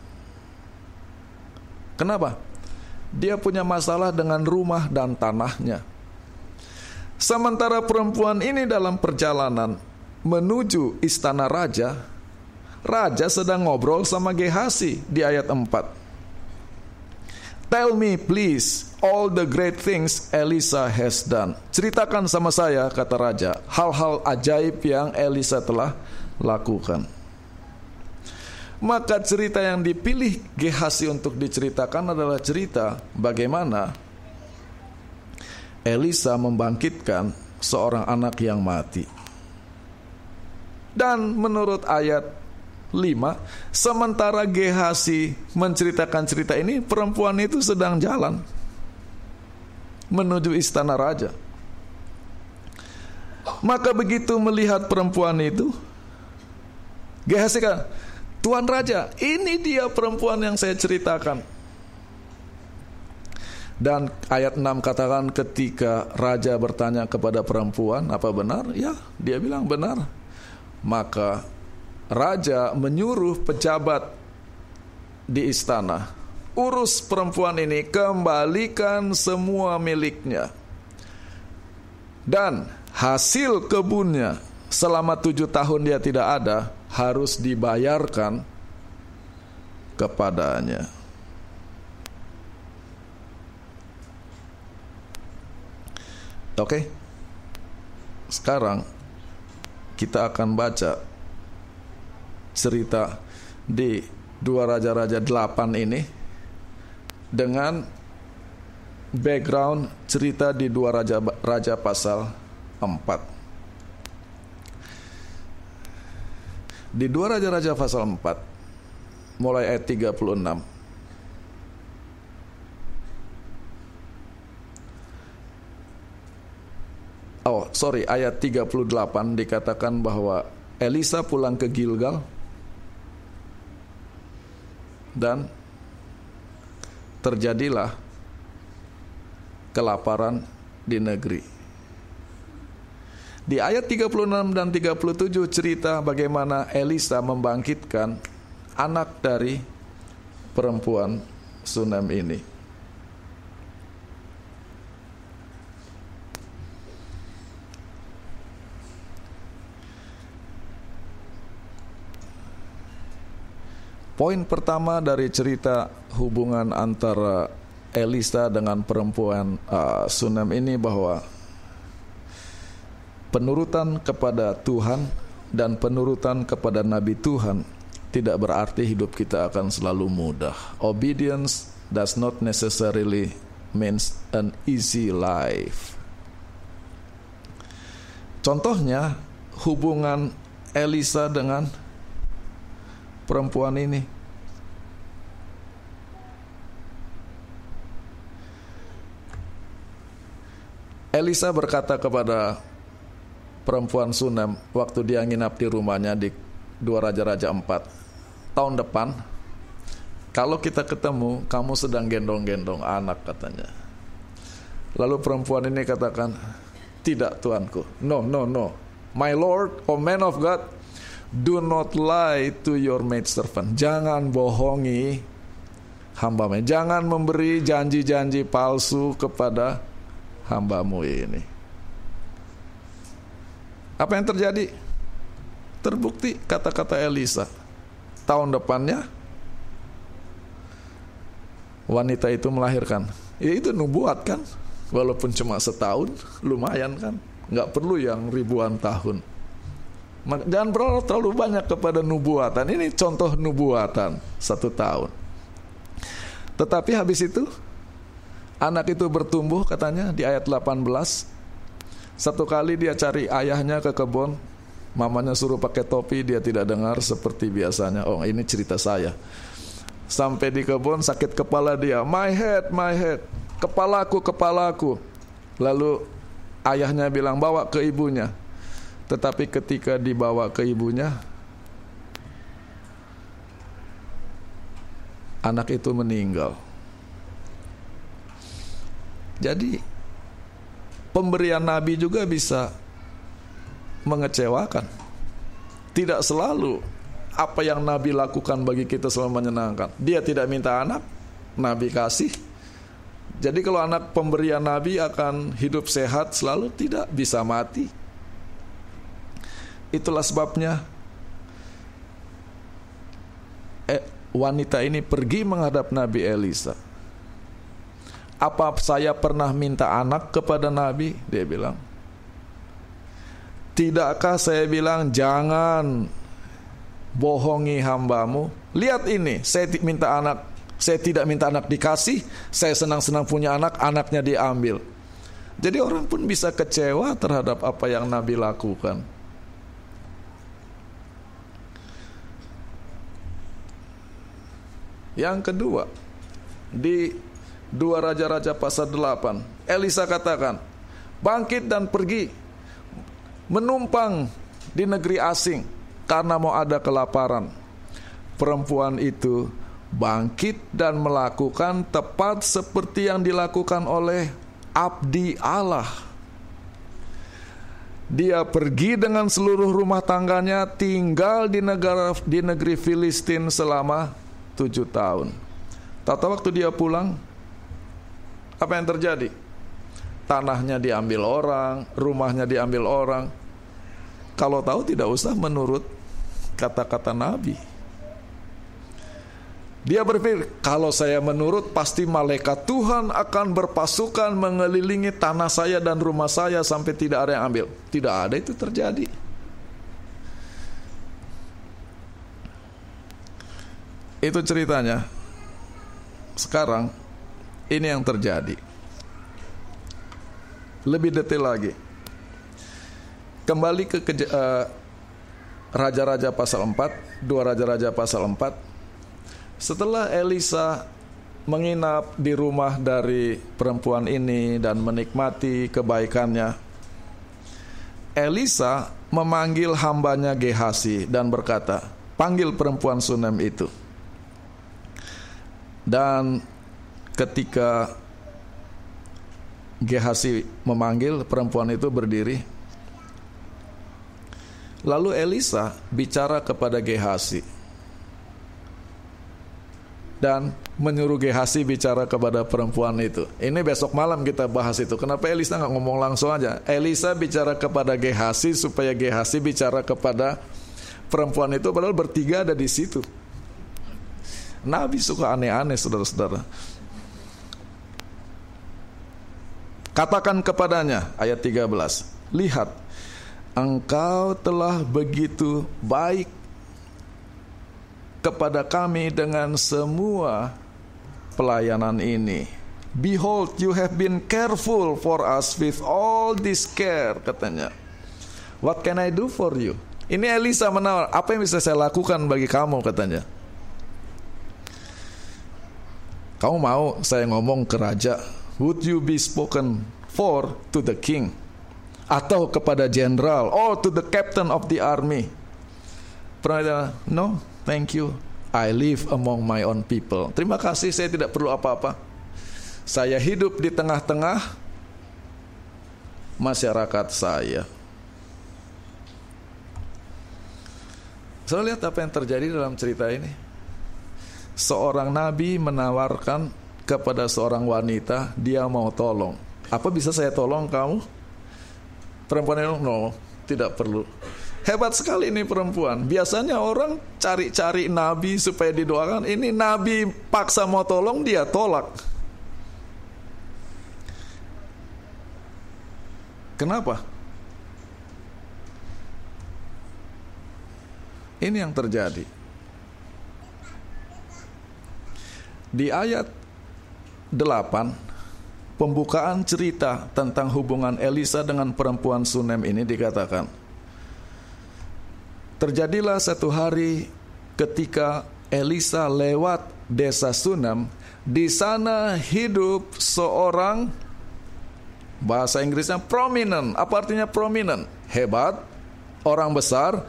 Kenapa? Dia punya masalah dengan rumah dan tanahnya. Sementara perempuan ini dalam perjalanan menuju istana raja, raja sedang ngobrol sama Gehasi di ayat 4. Tell me please all the great things Elisa has done. Ceritakan sama saya, kata raja, hal-hal ajaib yang Elisa telah lakukan. Maka cerita yang dipilih Gehasi untuk diceritakan adalah cerita bagaimana Elisa membangkitkan seorang anak yang mati. Dan menurut ayat 5, sementara Gehasi menceritakan cerita ini, perempuan itu sedang jalan menuju istana raja. Maka begitu melihat perempuan itu, Gehazi kan, Tuan Raja, ini dia perempuan yang saya ceritakan. Dan ayat 6 katakan ketika raja bertanya kepada perempuan, apa benar? Ya, dia bilang benar. Maka raja menyuruh pejabat di istana, urus perempuan ini, kembalikan semua miliknya. Dan hasil kebunnya selama 7 tahun dia tidak ada, harus dibayarkan kepadanya. Oke. Sekarang kita akan baca cerita di 2 Raja-Raja 8 ini dengan background cerita di 2 Raja pasal 4. Di 2 Raja-Raja pasal 4 mulai ayat 36. Ayat 38 dikatakan bahwa Elisa pulang ke Gilgal dan terjadilah kelaparan di negeri. Di ayat 36 dan 37 cerita bagaimana Elisa membangkitkan anak dari perempuan Sunem ini. Poin pertama dari cerita hubungan antara Elisa dengan perempuan Sunem ini bahwa penurutan kepada Tuhan dan penurutan kepada Nabi Tuhan tidak berarti hidup kita akan selalu mudah. Obedience does not necessarily means an easy life. Contohnya hubungan Elisa dengan perempuan ini. Elisa berkata kepada perempuan Sunem waktu dia nginap di rumahnya di 2 Raja-Raja 4, tahun depan kalau kita ketemu kamu sedang gendong-gendong anak, katanya. Lalu perempuan ini katakan, tidak tuanku, no, my lord, oh man of God, do not lie to your maidservant. Jangan bohongi hambamu, jangan memberi janji-janji palsu kepada hambamu ini. Apa yang terjadi? Terbukti kata-kata Elisa. Tahun depannya wanita itu melahirkan. Ya itu nubuat kan. Walaupun cuma setahun, lumayan kan. Gak perlu yang ribuan tahun. Jangan berharap terlalu banyak kepada nubuatan. Ini contoh nubuatan 1 tahun. Tetapi habis itu anak itu bertumbuh, katanya di ayat 18. Satu kali dia cari ayahnya ke kebun, mamanya suruh pakai topi, dia tidak dengar seperti biasanya. Oh, ini cerita saya. Sampai di kebun sakit kepala dia, my head, kepalaku. Lalu ayahnya bilang bawa ke ibunya. Tetapi ketika dibawa ke ibunya, anak itu meninggal. Jadi pemberian Nabi juga bisa mengecewakan. Tidak selalu apa yang Nabi lakukan bagi kita selalu menyenangkan. Dia tidak minta anak, Nabi kasih. Jadi kalau anak pemberian Nabi akan hidup sehat selalu, tidak, bisa mati. Itulah sebabnya wanita ini pergi menghadap Nabi Elisa. Apa saya pernah minta anak kepada Nabi? Dia bilang. Tidakkah saya bilang jangan bohongi hambamu? Lihat ini, saya minta anak. Saya tidak minta anak dikasih. Saya senang-senang punya anak, anaknya diambil. Jadi orang pun bisa kecewa terhadap apa yang Nabi lakukan. Yang kedua, di 2 Raja-Raja pasal 8, Elisa katakan, bangkit dan pergi, menumpang di negeri asing, karena mau ada kelaparan. Perempuan itu bangkit dan melakukan tepat seperti yang dilakukan oleh abdi Allah. Dia pergi dengan seluruh rumah tangganya, tinggal di negeri Filistin selama 7 tahun. Tahu waktu dia pulang, apa yang terjadi? Tanahnya diambil orang, rumahnya diambil orang. Kalau tahu tidak usah menurut kata-kata Nabi. Dia berpikir, kalau saya menurut, pasti malaikat Tuhan akan berpasukan mengelilingi tanah saya dan rumah saya sampai tidak ada yang ambil. Tidak ada itu terjadi. Itu ceritanya. Sekarang ini yang terjadi. Lebih detail lagi. Kembali ke Raja-Raja pasal 4, 2 Raja-Raja pasal 4. Setelah Elisa menginap di rumah dari perempuan ini dan menikmati kebaikannya, Elisa memanggil hambanya Gehasi dan berkata, panggil perempuan Sunem itu. Dan ketika Gehasi memanggil, perempuan itu berdiri. Lalu Elisa bicara kepada Gehasi dan menyuruh Gehasi bicara kepada perempuan itu. Ini besok malam kita bahas itu. Kenapa Elisa nggak ngomong langsung aja? Elisa bicara kepada Gehasi supaya Gehasi bicara kepada perempuan itu, padahal bertiga ada di situ. Nabi suka aneh-aneh, saudara-saudara. Katakan kepadanya, ayat 13, lihat, engkau telah begitu baik kepada kami dengan semua pelayanan ini. Behold, you have been careful for us with all this care, katanya. What can I do for you? Ini Elisa menawar, apa yang bisa saya lakukan bagi kamu, katanya. Kamu mau saya ngomong ke raja? Would you be spoken for to the king? Atau kepada jenderal, or to the captain of the army? Pernah, no, thank you. I live among my own people. Terima kasih, saya tidak perlu apa-apa. Saya hidup di tengah-tengah masyarakat saya. Saya lihat apa yang terjadi dalam cerita ini. Seorang nabi menawarkan kepada seorang wanita, dia mau tolong. Apa bisa saya tolong kamu? Perempuan itu, no, tidak perlu. Hebat sekali ini perempuan. Biasanya orang cari-cari nabi supaya didoakan. Ini nabi paksa mau tolong, dia tolak. Kenapa? Ini yang terjadi. Di ayat 8, pembukaan cerita tentang hubungan Elisa dengan perempuan Sunem ini dikatakan, terjadilah satu hari ketika Elisa lewat desa Sunem. Di sana hidup seorang, bahasa Inggrisnya prominent. Apa artinya prominent? Hebat, orang besar,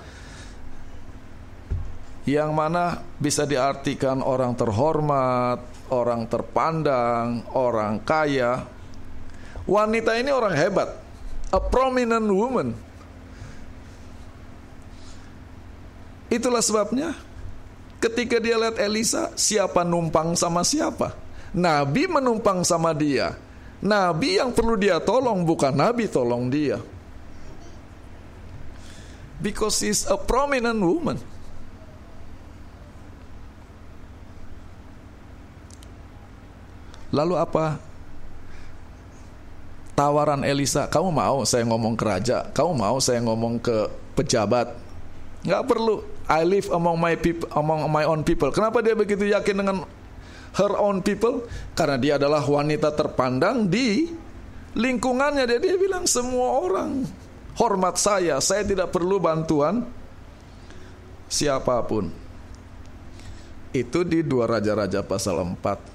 yang mana bisa diartikan orang terhormat, orang terpandang, orang kaya. Wanita ini orang hebat, a prominent woman. Itulah sebabnya ketika dia lihat Elisa, siapa numpang sama siapa? Nabi menumpang sama dia. Nabi yang perlu dia tolong, bukan Nabi tolong dia. Because she's a prominent woman. Lalu apa tawaran Elisa? Kamu mau saya ngomong ke raja? Kamu mau saya ngomong ke pejabat? Nggak perlu. I live among my own people. Kenapa dia begitu yakin dengan her own people? Karena dia adalah wanita terpandang di lingkungannya. Dia bilang semua orang hormat saya tidak perlu bantuan siapapun. Itu di 2 Raja-Raja pasal 4.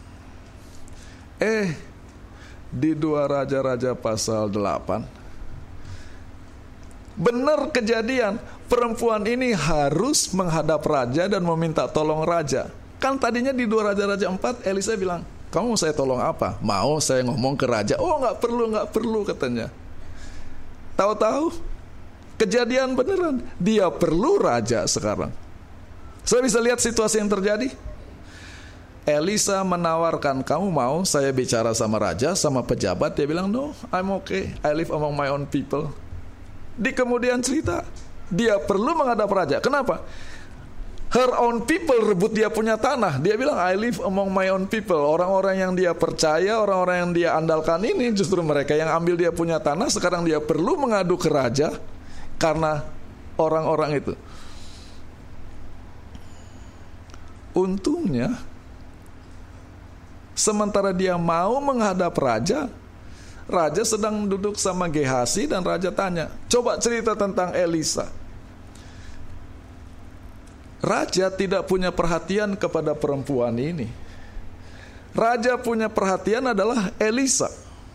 Di 2 Raja-Raja pasal 8, Benar kejadian, perempuan ini harus menghadap raja dan meminta tolong raja. Kan tadinya di 2 Raja-Raja 4 Elisa bilang, kamu mau saya tolong apa? Mau saya ngomong ke raja. Oh nggak perlu katanya. Tahu-tahu kejadian beneran, dia perlu raja sekarang. Saya bisa lihat situasi yang terjadi. Elisa menawarkan, kamu mau saya bicara sama raja, sama pejabat? Dia bilang, no, I'm okay, I live among my own people. Di kemudian cerita, dia perlu menghadap raja. Kenapa? Her own people rebut dia punya tanah. Dia bilang, I live among my own people. Orang-orang yang dia percaya, orang-orang yang dia andalkan ini, justru mereka yang ambil dia punya tanah. Sekarang dia perlu mengadu ke raja karena orang-orang itu. Untungnya, sementara dia mau menghadap raja, raja sedang duduk sama Gehasi dan raja tanya, coba cerita tentang Elisa. Raja tidak punya perhatian kepada perempuan ini. Raja punya perhatian adalah Elisa.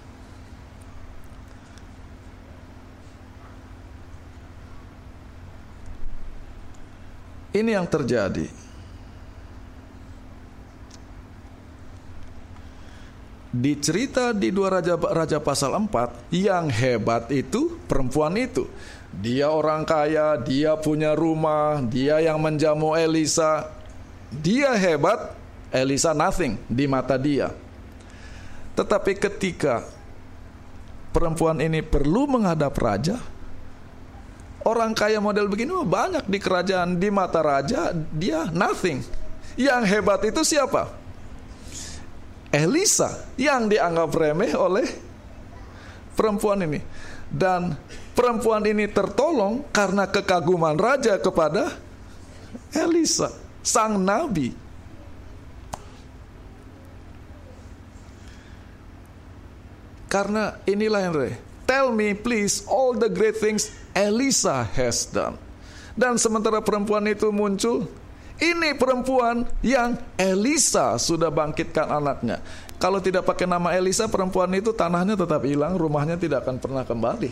Ini yang terjadi. Di cerita di 2 Raja pasal 4, yang hebat itu perempuan itu. Dia orang kaya, dia punya rumah, dia yang menjamu Elisa. Dia hebat, Elisa nothing di mata dia. Tetapi ketika perempuan ini perlu menghadap raja, orang kaya model begini banyak di kerajaan, di mata raja dia nothing. Yang hebat itu siapa? Elisa, yang dianggap remeh oleh perempuan ini. Dan perempuan ini tertolong karena kekaguman raja kepada Elisa, sang nabi. Karena inilah yang tell me please all the great things Elisa has done. Dan sementara perempuan itu muncul, ini perempuan yang Elisa sudah bangkitkan anaknya. Kalau tidak pakai nama Elisa, perempuan itu tanahnya tetap hilang, rumahnya tidak akan pernah kembali.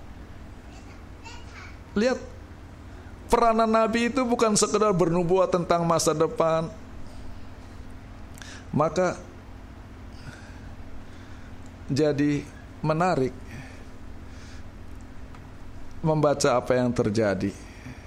Lihat, peranan nabi itu bukan sekedar bernubuat tentang masa depan. Maka jadi menarik membaca apa yang terjadi.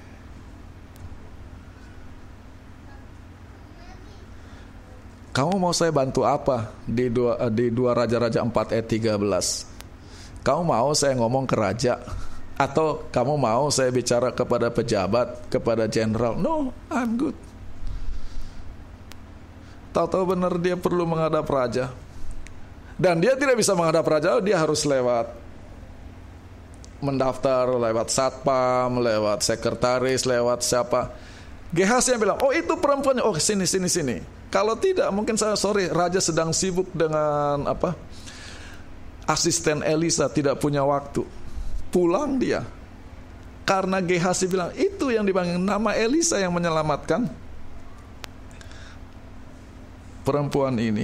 Kamu mau saya bantu apa di 2 Raja-Raja 4 ayat 13? Kamu mau saya ngomong ke raja? Atau kamu mau saya bicara kepada pejabat, kepada jenderal? No, I'm good. Tahu-tahu benar dia perlu menghadap raja. Dan dia tidak bisa menghadap raja, dia harus lewat mendaftar, lewat satpam, lewat sekretaris, lewat siapa. Gehasi yang bilang, oh itu perempuannya, oh sini. Kalau tidak, mungkin raja sedang sibuk dengan asisten Elisa, tidak punya waktu. Pulang dia. Karena Gehasi bilang, itu yang dipanggil nama Elisa yang menyelamatkan perempuan ini.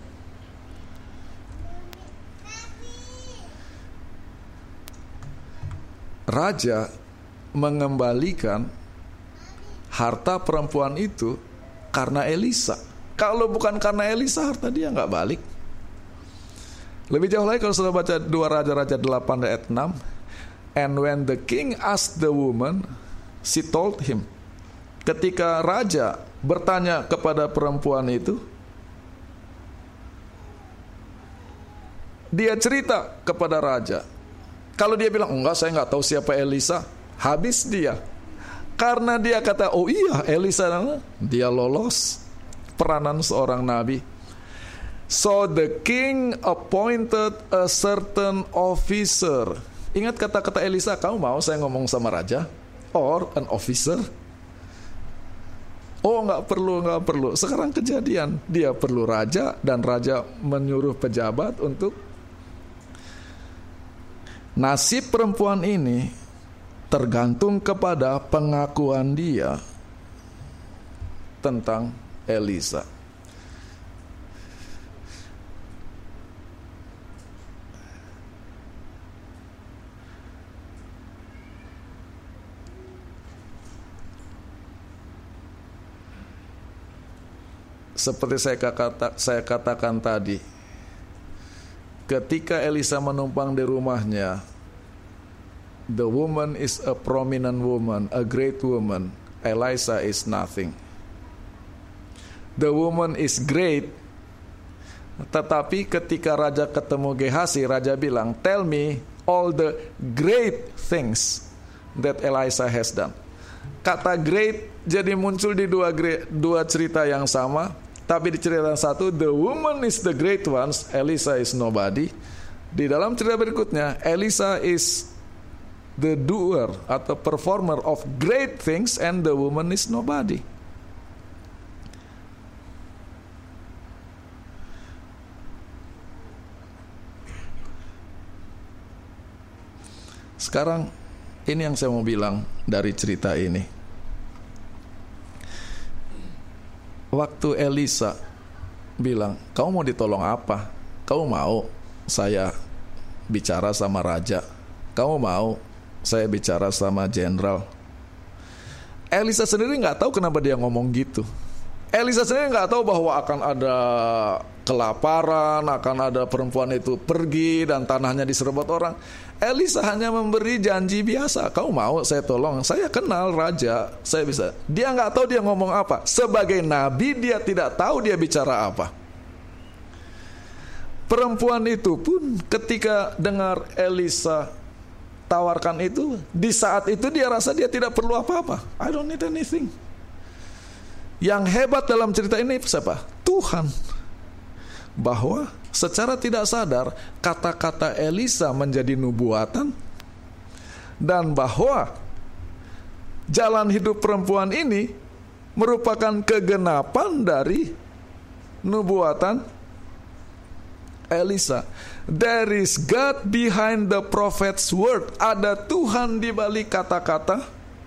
Raja mengembalikan harta perempuan itu karena Elisa. Kalau bukan karena Elisa, harta dia nggak balik. Lebih jauh lagi kalau sudah baca 2 Raja-Raja 8 ayat 6. And when the king asked the woman, she told him. Ketika raja bertanya kepada perempuan itu, dia cerita kepada raja. Kalau dia bilang, enggak, saya nggak tahu siapa Elisa, habis dia. Karena dia kata, oh iya Elisa, dia lolos peranan seorang nabi. So the king appointed a certain officer. Ingat kata-kata Elisa, kamu mau saya ngomong sama raja? Or an officer? Oh nggak perlu. Sekarang kejadian, dia perlu raja, dan raja menyuruh pejabat untuk. Nasib perempuan ini tergantung kepada pengakuan dia tentang Elisa. seperti saya katakan tadi, ketika Elisa menumpang di rumahnya, the woman is a prominent woman, a great woman. Elisa is nothing. The woman is great, tetapi ketika raja ketemu Gehazi, raja bilang, tell me all the great things that Elisa has done. Kata great jadi muncul di dua cerita yang sama, tapi di cerita yang satu, the woman is the great ones, Elisa is nobody. Di dalam cerita berikutnya, Elisa is the doer atau performer of great things and the woman is nobody. Sekarang ini yang saya mau bilang dari cerita ini. Waktu Elisa bilang, kamu mau ditolong apa? Kamu mau saya bicara sama raja? Kamu mau saya bicara sama jenderal? Elisa sendiri nggak tahu kenapa dia ngomong gitu. Elisa sendiri nggak tahu bahwa akan ada kelaparan, akan ada perempuan itu pergi dan tanahnya diserobot orang. Elisa hanya memberi janji biasa. Kamu mau saya tolong? Saya kenal raja, saya bisa. Dia nggak tahu dia ngomong apa. Sebagai nabi dia tidak tahu dia bicara apa. Perempuan itu pun ketika dengar Elisa tawarkan itu, di saat itu dia rasa dia tidak perlu apa-apa. I don't need anything. Yang hebat dalam cerita ini siapa? Tuhan. Bahwa secara tidak sadar kata-kata Elisa menjadi nubuatan, dan bahwa jalan hidup perempuan ini merupakan kegenapan dari nubuatan Elisa. There is God behind the prophet's word. Ada Tuhan di balik kata-kata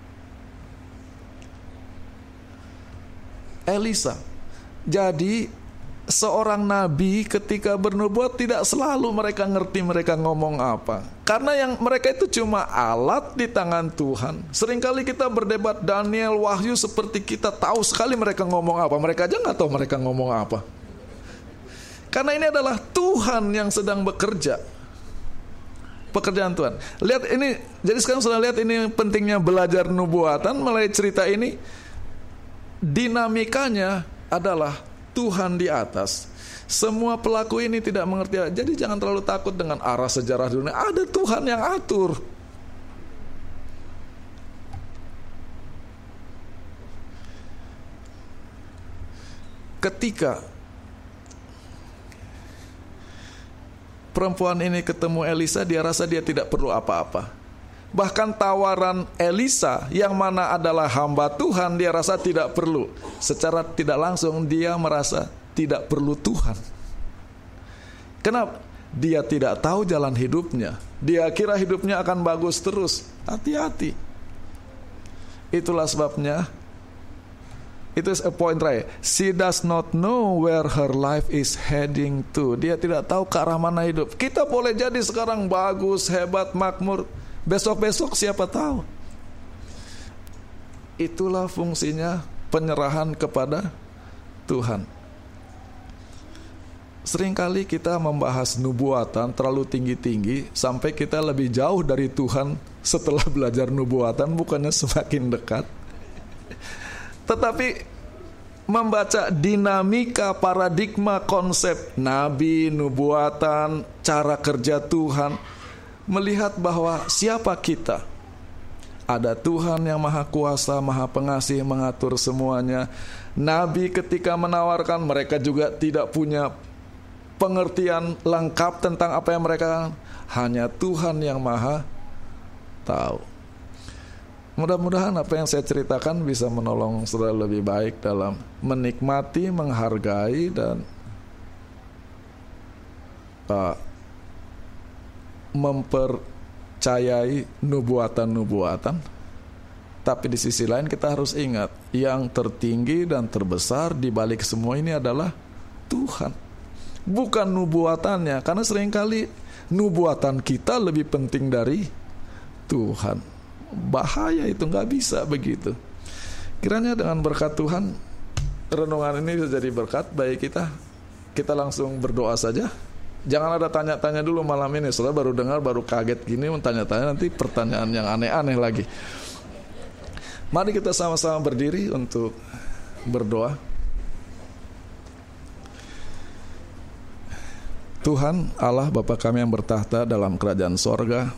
Elisa. Jadi seorang nabi ketika bernubuat tidak selalu mereka ngerti mereka ngomong apa. Karena yang mereka itu cuma alat di tangan Tuhan. Seringkali kita berdebat Daniel, Wahyu, seperti kita tahu sekali mereka ngomong apa. Mereka aja gak tahu mereka ngomong apa. Karena ini adalah Tuhan yang sedang bekerja. Pekerjaan Tuhan. Lihat ini, jadi sekarang sudah lihat ini pentingnya belajar nubuatan melalui cerita ini. Dinamikanya adalah Tuhan di atas. Semua pelaku ini tidak mengerti. Jadi jangan terlalu takut dengan arah sejarah dunia. Ada Tuhan yang atur. Ketika perempuan ini ketemu Elisa, dia rasa dia tidak perlu apa-apa. Bahkan tawaran Elisa yang mana adalah hamba Tuhan, dia rasa tidak perlu. Secara tidak langsung dia merasa tidak perlu Tuhan. Kenapa? Dia tidak tahu jalan hidupnya. Dia kira hidupnya akan bagus terus. Hati-hati. Itulah sebabnya, itu a point right. She does not know where her life is heading to. Dia tidak tahu ke arah mana hidup. Kita boleh jadi sekarang bagus, hebat, makmur. Besok-besok siapa tahu. Itulah fungsinya penyerahan kepada Tuhan. Seringkali kita membahas nubuatan terlalu tinggi-tinggi sampai kita lebih jauh dari Tuhan setelah belajar nubuatan, bukannya semakin dekat. Tetapi membaca dinamika, paradigma, konsep nabi, nubuatan, cara kerja Tuhan, melihat bahwa siapa kita. Ada Tuhan yang maha kuasa, maha pengasih, mengatur semuanya. Nabi ketika menawarkan, mereka juga tidak punya pengertian lengkap tentang apa yang mereka. Hanya Tuhan yang maha tahu. Mudah-mudahan apa yang saya ceritakan bisa menolong saudara lebih baik dalam menikmati, menghargai, dan mempercayai nubuatan-nubuatan. Tapi di sisi lain kita harus ingat, yang tertinggi dan terbesar di balik semua ini adalah Tuhan, bukan nubuatannya. Karena seringkali nubuatan kita lebih penting dari Tuhan. Bahaya itu, gak bisa begitu. Kiranya dengan berkat Tuhan renungan ini bisa jadi berkat bagi kita. Kita langsung berdoa saja. Jangan ada tanya-tanya dulu malam ini. Soalnya baru dengar, baru kaget gini, tanya-tanya nanti pertanyaan yang aneh-aneh lagi. Mari kita sama-sama berdiri untuk berdoa. Tuhan Allah Bapa kami yang bertahta dalam kerajaan sorga,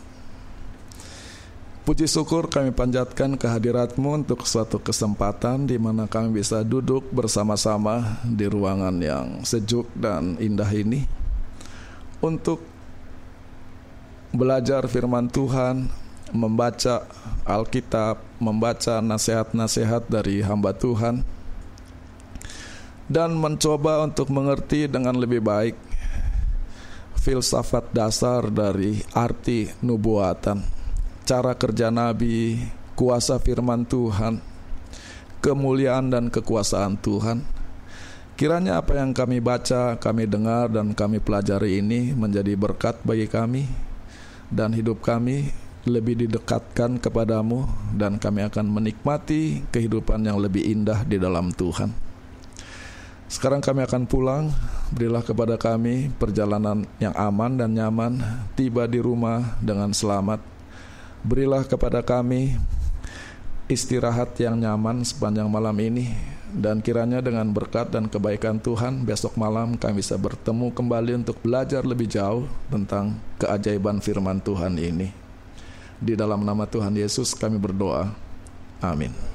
puji syukur kami panjatkan kehadirat-Mu untuk suatu kesempatan di mana kami bisa duduk bersama-sama di ruangan yang sejuk dan indah ini untuk belajar firman Tuhan, membaca Alkitab, membaca nasihat-nasihat dari hamba Tuhan, dan mencoba untuk mengerti dengan lebih baik filsafat dasar dari arti nubuatan, cara kerja nabi, kuasa firman Tuhan, kemuliaan dan kekuasaan Tuhan. Kiranya apa yang kami baca, kami dengar, dan kami pelajari ini menjadi berkat bagi kami, dan hidup kami lebih didekatkan kepadamu, dan kami akan menikmati kehidupan yang lebih indah di dalam Tuhan. Sekarang kami akan pulang. Berilah kepada kami perjalanan yang aman dan nyaman, tiba di rumah dengan selamat. Berilah kepada kami istirahat yang nyaman sepanjang malam ini, dan kiranya dengan berkat dan kebaikan Tuhan, besok malam kami bisa bertemu kembali untuk belajar lebih jauh tentang keajaiban firman Tuhan ini. Di dalam nama Tuhan Yesus kami berdoa. Amin.